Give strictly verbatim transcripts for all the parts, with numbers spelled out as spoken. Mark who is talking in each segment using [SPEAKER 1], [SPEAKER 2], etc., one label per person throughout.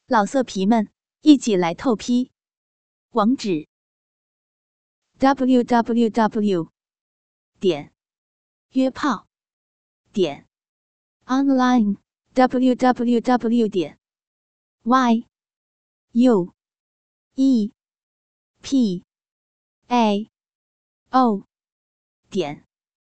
[SPEAKER 1] 老色皮们，一起来透批！网址 ：double u double u double u 点约炮点 online double u double u double u 点 y u e p a o 点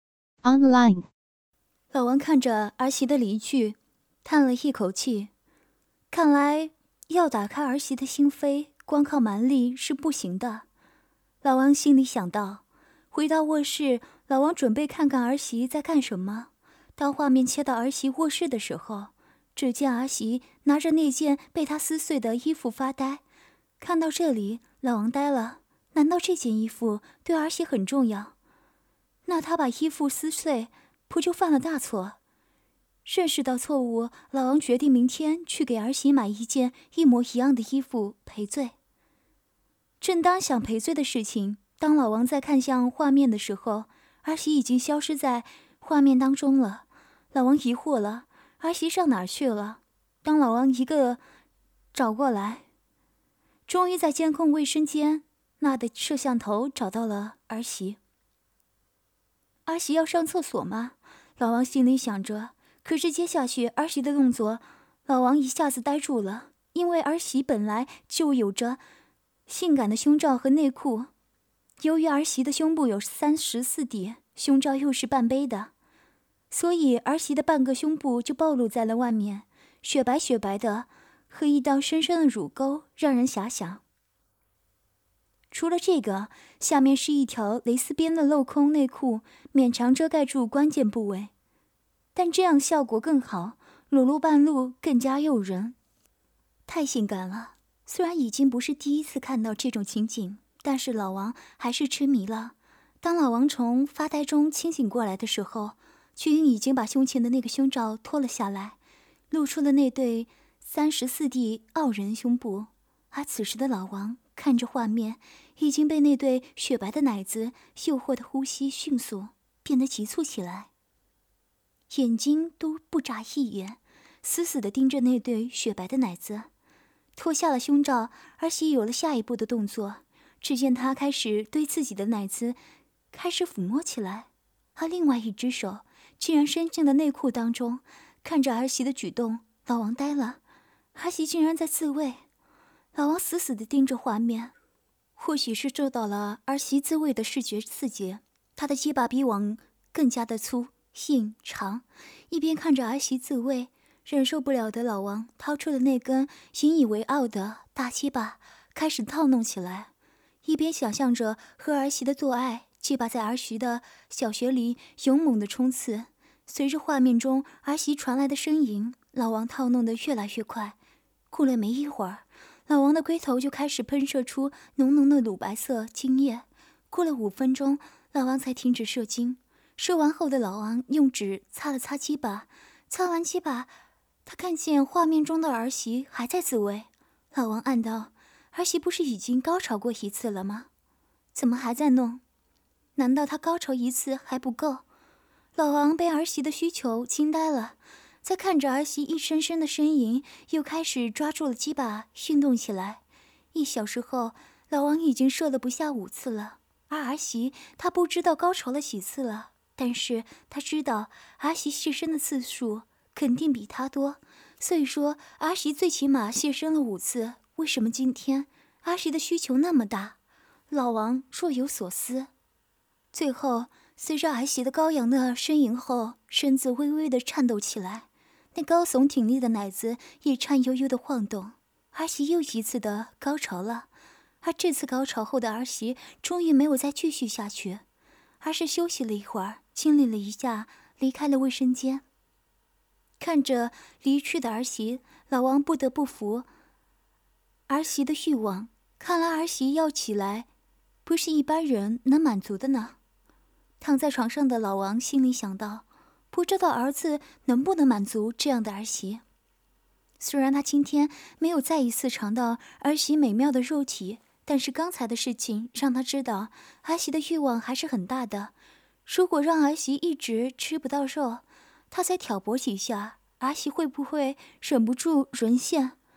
[SPEAKER 1] online。
[SPEAKER 2] 老王看着儿媳的离去，叹了一口气。看来要打开儿媳的心扉，光靠蛮力是不行的。老王心里想到。回到卧室，老王准备看看儿媳在干什么。当画面切到儿媳卧室的时候，只见儿媳拿着那件被他撕碎的衣服发呆。看到这里，老王呆了。难道这件衣服对儿媳很重要？那他把衣服撕碎，不就犯了大错？认识到错误，老王决定明天去给儿媳买一件一模一样的衣服赔罪。正当想赔罪的事情，当老王在看向画面的时候，儿媳已经消失在画面当中了。老王疑惑了，儿媳上哪儿去了？当老王一个找过来，终于在监控卫生间那的摄像头找到了儿媳。儿媳要上厕所吗？老王心里想着。可是接下去儿媳的动作，老王一下子呆住了，因为儿媳本来就有着性感的胸罩和内裤。由于儿媳的胸部有三十四 D， 胸罩又是半杯的，所以儿媳的半个胸部就暴露在了外面，雪白雪白的，和一道深深的乳沟让人遐想。除了这个，下面是一条蕾丝边的镂空内裤，勉强遮盖住关键部位。但这样效果更好，裸露半露更加诱人，太性感了。虽然已经不是第一次看到这种情景，但是老王还是痴迷了。当老王从发呆中清醒过来的时候，曲英已经把胸前的那个胸罩脱了下来，露出了那对三十四 D 傲人胸部。而此时的老王看着画面，已经被那对雪白的奶子诱惑的呼吸迅速变得急促起来。眼睛都不眨一眼，死死地盯着那对雪白的奶子。脱下了胸罩，儿媳有了下一步的动作。只见她开始对自己的奶子开始抚摸起来，而另外一只手竟然伸进了内裤当中。看着儿媳的举动，老王呆了，儿媳竟然在自慰。老王死死地盯着画面，或许是受到了儿媳自慰的视觉刺激，他的鸡巴比往更加的粗硬长。一边看着儿媳自慰，忍受不了的老王掏出了那根引以为傲的大鸡巴，开始套弄起来。一边想象着和儿媳的做爱，鸡巴在儿媳的小穴里勇猛的冲刺。随着画面中儿媳传来的呻吟，老王套弄得越来越快。过了没一会儿，老王的龟头就开始喷射出浓浓的乳白色精液。过了五分钟，老王才停止射精。射完后的老王用纸擦了擦鸡巴，擦完鸡巴，他看见画面中的儿媳还在自慰。老王暗道：儿媳不是已经高潮过一次了吗？怎么还在弄？难道他高潮一次还不够？老王被儿媳的需求惊呆了，在看着儿媳一声声的呻吟，又开始抓住了鸡巴运动起来。一小时后，老王已经射了不下五次了，而儿媳她不知道高潮了几次了。但是他知道儿媳现身的次数肯定比他多，所以说儿媳最起码现身了五次。为什么今天儿媳的需求那么大？老王若有所思。最后随着儿媳的高扬的呻吟后，身子微微的颤抖起来，那高耸挺立的奶子也颤悠悠的晃动。儿媳又一次的高潮了，而这次高潮后的儿媳终于没有再继续下去，而是休息了一会儿，清理了一下，离开了卫生间。看着离去的儿媳，老王不得不服儿媳的欲望。看来儿媳要起来，不是一般人能满足的呢。躺在床上的老王心里想到，不知道儿子能不能满足这样的儿媳。虽然他今天没有再一次尝到儿媳美妙的肉体，但是刚才的事情让他知道儿媳的欲望还是很大的。如果让儿媳一直吃不到肉，他再挑拨几下，儿媳会不会忍不住沦陷？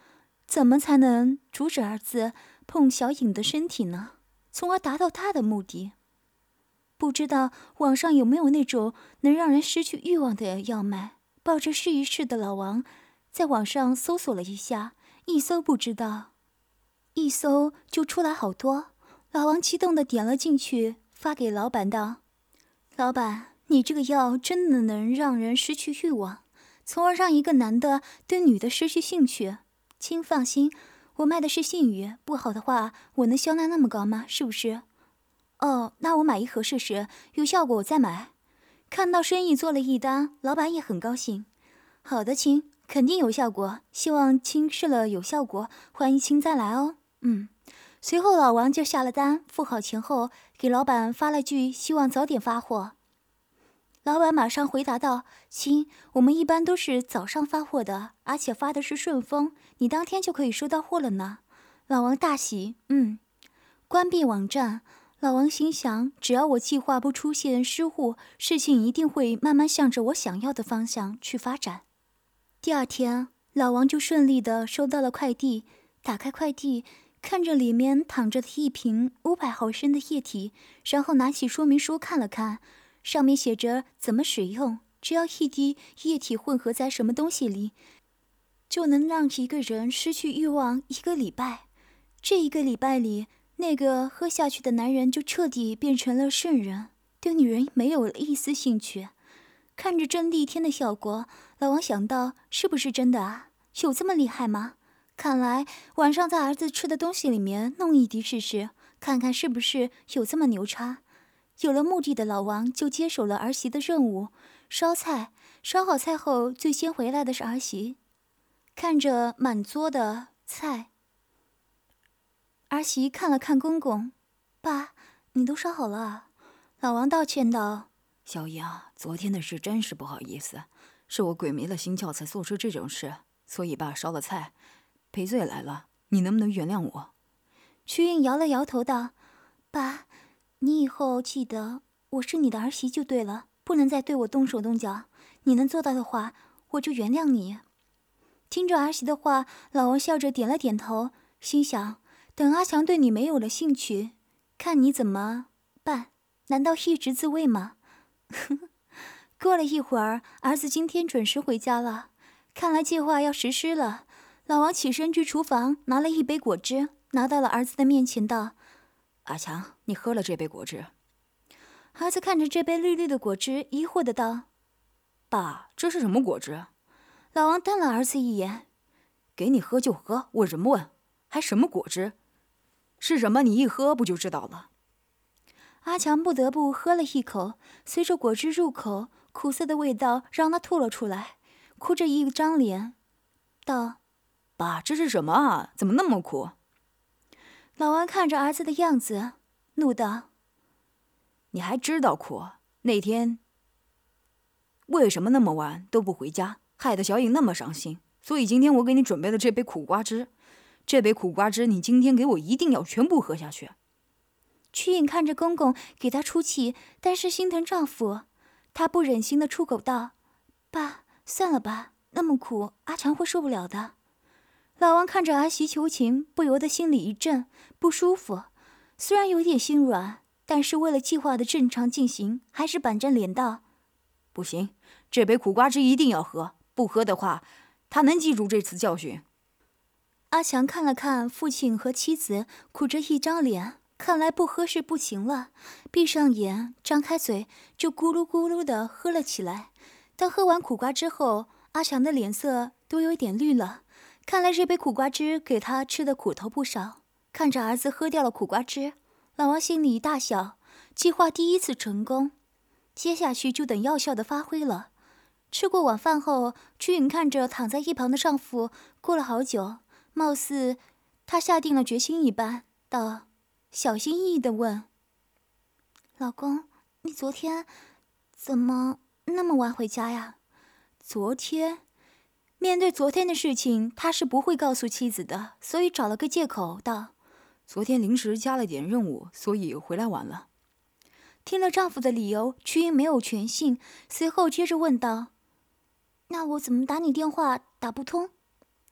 [SPEAKER 2] 怎么才能阻止儿子碰小颖的身体呢？从而达到他的目的。不知道网上有没有那种能让人失去欲望的药卖？抱着试一试的老王在网上搜索了一下，一搜不知道，一搜就出来好多。老王激动地点了进去，发给老板道：老板，你这个药真的能让人失去欲望，从而让一个男的对女的失去兴趣？亲放心，我卖的是信誉，不好的话我能销量那么高吗？是不是？哦，那我买一盒试试，有效果我再买。看到生意做了一单，老板也很高兴。好的，亲，肯定有效果，希望亲试了有效果，欢迎亲再来哦。嗯。随后老王就下了单，付好钱后给老板发了句希望早点发货。老板马上回答道：亲，我们一般都是早上发货的，而且发的是顺丰，你当天就可以收到货了呢。老王大喜，嗯。关闭网站，老王心想，只要我计划不出现失误，事情一定会慢慢向着我想要的方向去发展。第二天，老王就顺利地收到了快递，打开快递，看着里面躺着的一瓶五百毫升的液体，然后拿起说明书看了看，上面写着怎么使用，只要一滴液体混合在什么东西里，就能让一个人失去欲望一个礼拜。这一个礼拜里，那个喝下去的男人就彻底变成了圣人，对女人没有了一丝兴趣。看着这逆天的效果，老王想到，是不是真的啊？有这么厉害吗？看来晚上在儿子吃的东西里面弄一滴试试，看看是不是有这么牛叉。有了目的的老王就接手了儿媳的任务，烧菜。烧好菜后，最先回来的是儿媳，看着满桌的菜，儿媳看了看公公，爸，你都烧好了啊？老王道歉道：
[SPEAKER 3] 小姨啊，昨天的事真是不好意思，是我鬼迷了心窍才做出这种事，所以爸烧了菜赔罪来了，你能不能原谅我？
[SPEAKER 2] 瞿颖摇了摇头道：爸，你以后记得我是你的儿媳就对了，不能再对我动手动脚，你能做到的话我就原谅你。听着儿媳的话，老王笑着点了点头，心想，等阿强对你没有了兴趣，看你怎么办，难道一直自卫吗？过了一会儿，儿子今天准时回家了，看来计划要实施了。老王起身去厨房拿了一杯果汁，拿到了儿子的面前道：
[SPEAKER 3] 阿强，你喝了这杯果汁。
[SPEAKER 2] 儿子看着这杯绿绿的果汁，疑惑的道：
[SPEAKER 3] 爸，这是什么果汁？
[SPEAKER 2] 老王瞪了儿子一眼：
[SPEAKER 3] 给你喝就喝，问什么问？还什么果汁？是什么你一喝不就知道了？
[SPEAKER 2] 阿强不得不喝了一口，随着果汁入口，苦涩的味道让他吐了出来，哭着一张脸道：
[SPEAKER 3] 爸，这是什么啊？怎么那么苦？
[SPEAKER 2] 老王看着儿子的样子，怒道：
[SPEAKER 3] 你还知道苦？那天为什么那么晚都不回家，害得小颖那么伤心，所以今天我给你准备了这杯苦瓜汁，这杯苦瓜汁你今天给我一定要全部喝下去。
[SPEAKER 2] 瞿颖看着公公给她出气，但是心疼丈夫，她不忍心的出口道：爸，算了吧，那么苦阿强会受不了的。老王看着儿媳求情，不由得心里一震，不舒服。虽然有点心软，但是为了计划的正常进行，还是板着脸道：
[SPEAKER 3] 不行，这杯苦瓜汁一定要喝，不喝的话他能记住这次教训。
[SPEAKER 2] 阿强看了看父亲和妻子，苦着一张脸，看来不喝是不行了，闭上眼张开嘴就咕噜咕噜地喝了起来。当喝完苦瓜之后，阿强的脸色都有点绿了，看来这杯苦瓜汁给他吃的苦头不少。看着儿子喝掉了苦瓜汁，老王心里大笑，计划第一次成功，接下去就等药效的发挥了。吃过晚饭后，瞿颖看着躺在一旁的丈夫，过了好久，貌似她下定了决心一般，道：小心翼翼地问：老公，你昨天怎么那么晚回家呀？昨天？面对昨天的事情，他是不会告诉妻子的，所以找了个借口道：
[SPEAKER 3] 昨天临时加了点任务，所以回来晚了。
[SPEAKER 2] 听了丈夫的理由，瞿颖没有全信，随后接着问道：那我怎么打你电话打不通？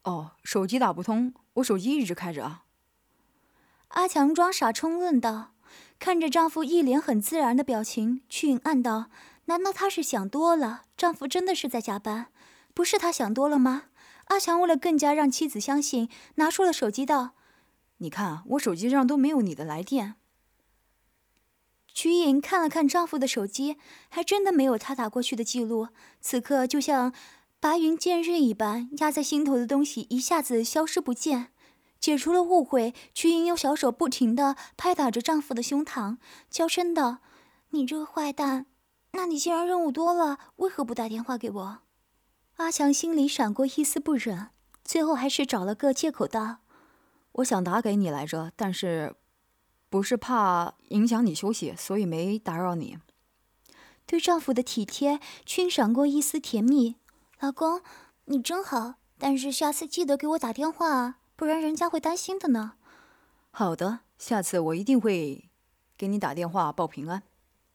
[SPEAKER 3] 哦，手机打不通，我手机一直开着啊。
[SPEAKER 2] 阿强装傻充愣道。看着丈夫一脸很自然的表情，曲颖暗道：难道她是想多了？丈夫真的是在加班？不是她想多了吗？阿强为了更加让妻子相信，拿出了手机道：
[SPEAKER 3] 你看，我手机上都没有你的来电。
[SPEAKER 2] 曲颖看了看丈夫的手机，还真的没有他打过去的记录。此刻就像白云见日一般，压在心头的东西一下子消失不见。解除了误会，曲颖用小手不停地拍打着丈夫的胸膛，娇嗔道：你这个坏蛋，那你既然任务多了，为何不打电话给我？阿强心里闪过一丝不忍，最后还是找了个借口道：
[SPEAKER 3] 我想打给你来着，但是不是怕影响你休息，所以没打扰你。
[SPEAKER 2] 对丈夫的体贴，均闪过一丝甜蜜。老公，你真好，但是下次记得给我打电话啊，不然人家会担心的呢。
[SPEAKER 3] 好的，下次我一定会给你打电话报平安。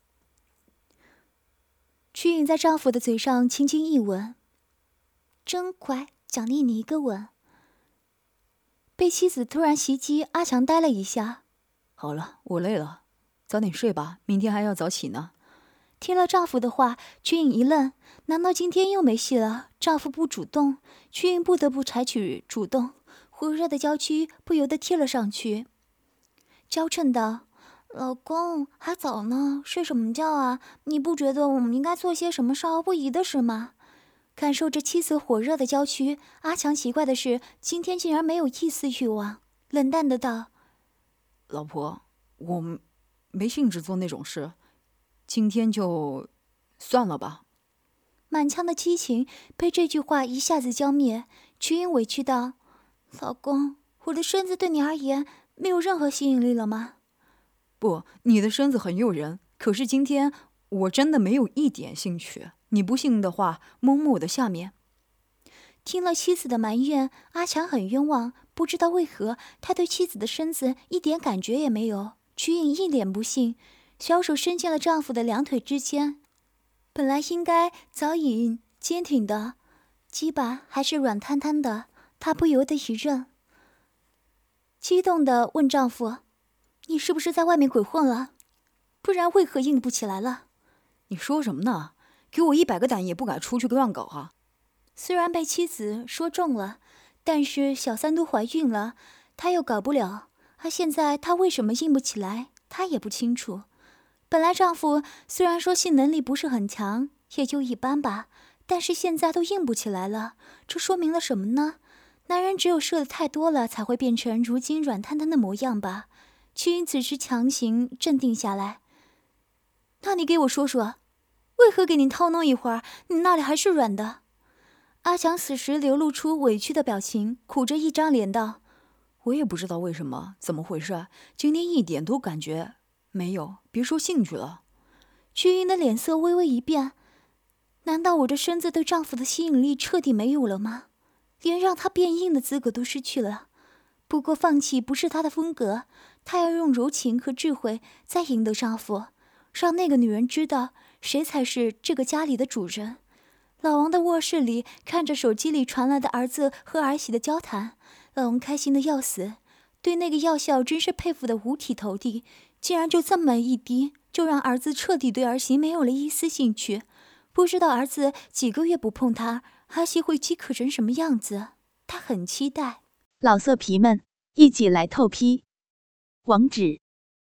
[SPEAKER 2] 曲颖在丈夫的嘴上轻轻一吻，真乖，奖励你一个吻。被妻子突然袭击，阿强呆了一下。
[SPEAKER 3] 好了，我累了，早点睡吧，明天还要早起呢。
[SPEAKER 2] 听了丈夫的话，曲颖一愣，难道今天又没戏了？丈夫不主动，曲颖不得不采取主动，火热的娇躯不由得贴了上去，娇嗔道：老公，还早呢，睡什么觉啊？你不觉得我们应该做些什么少儿不宜的事吗？感受着妻子火热的娇躯，阿强奇怪的是，今天竟然没有一丝欲望，冷淡的道：
[SPEAKER 3] 老婆，我没兴致做那种事，今天就算了吧。
[SPEAKER 2] 满腔的激情被这句话一下子浇灭，曲颖委屈道：老公，我的身子对你而言没有任何吸引力了吗？
[SPEAKER 3] 不，你的身子很诱人，可是今天我真的没有一点兴趣。你不信的话，摸摸我的下面。
[SPEAKER 2] 听了妻子的埋怨，阿强很冤枉，不知道为何他对妻子的身子一点感觉也没有。曲颖一脸不信，小手伸进了丈夫的两腿之间，本来应该早已坚挺的鸡巴还是软瘫瘫的，她不由得一愣，激动地问丈夫：你是不是在外面鬼混了？不然为何硬不起来了？
[SPEAKER 3] 你说什么呢？给我一百个胆也不敢出去乱搞啊！
[SPEAKER 2] 虽然被妻子说中了，但是小三都怀孕了，他又搞不了。而现在他为什么硬不起来，他也不清楚。本来丈夫虽然说性能力不是很强，也就一般吧，但是现在都硬不起来了，这说明了什么呢？男人只有射的太多了，才会变成如今软瘫瘫的模样吧。曲颖此时强行镇定下来。那你给我说说，为何给你掏弄一会儿，你那里还是软的？阿强此时流露出委屈的表情，苦着一张脸道：
[SPEAKER 3] 我也不知道为什么，怎么回事，今天一点都感觉没有，别说兴趣了。
[SPEAKER 2] 曲颖的脸色微微一变，难道我这身子对丈夫的吸引力彻底没有了吗？连让他变硬的资格都失去了。不过放弃不是她的风格，她要用柔情和智慧再赢得丈夫，让那个女人知道谁才是这个家里的主人。老王的卧室里，看着手机里传来的儿子和儿媳的交谈，老王开心的要死，对那个药效真是佩服的五体投地，竟然就这么一滴，就让儿子彻底对儿媳没有了一丝兴趣。不知道儿子几个月不碰他，儿媳会饥渴成什么样子，他很期待。
[SPEAKER 1] 老色皮们，一起来透批！网址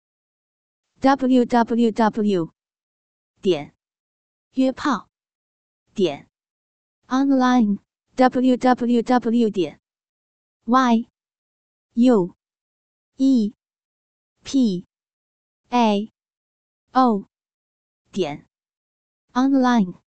[SPEAKER 1] ：double u double u double u 点约炮点 online w w w 点 y u e p a o 点 online。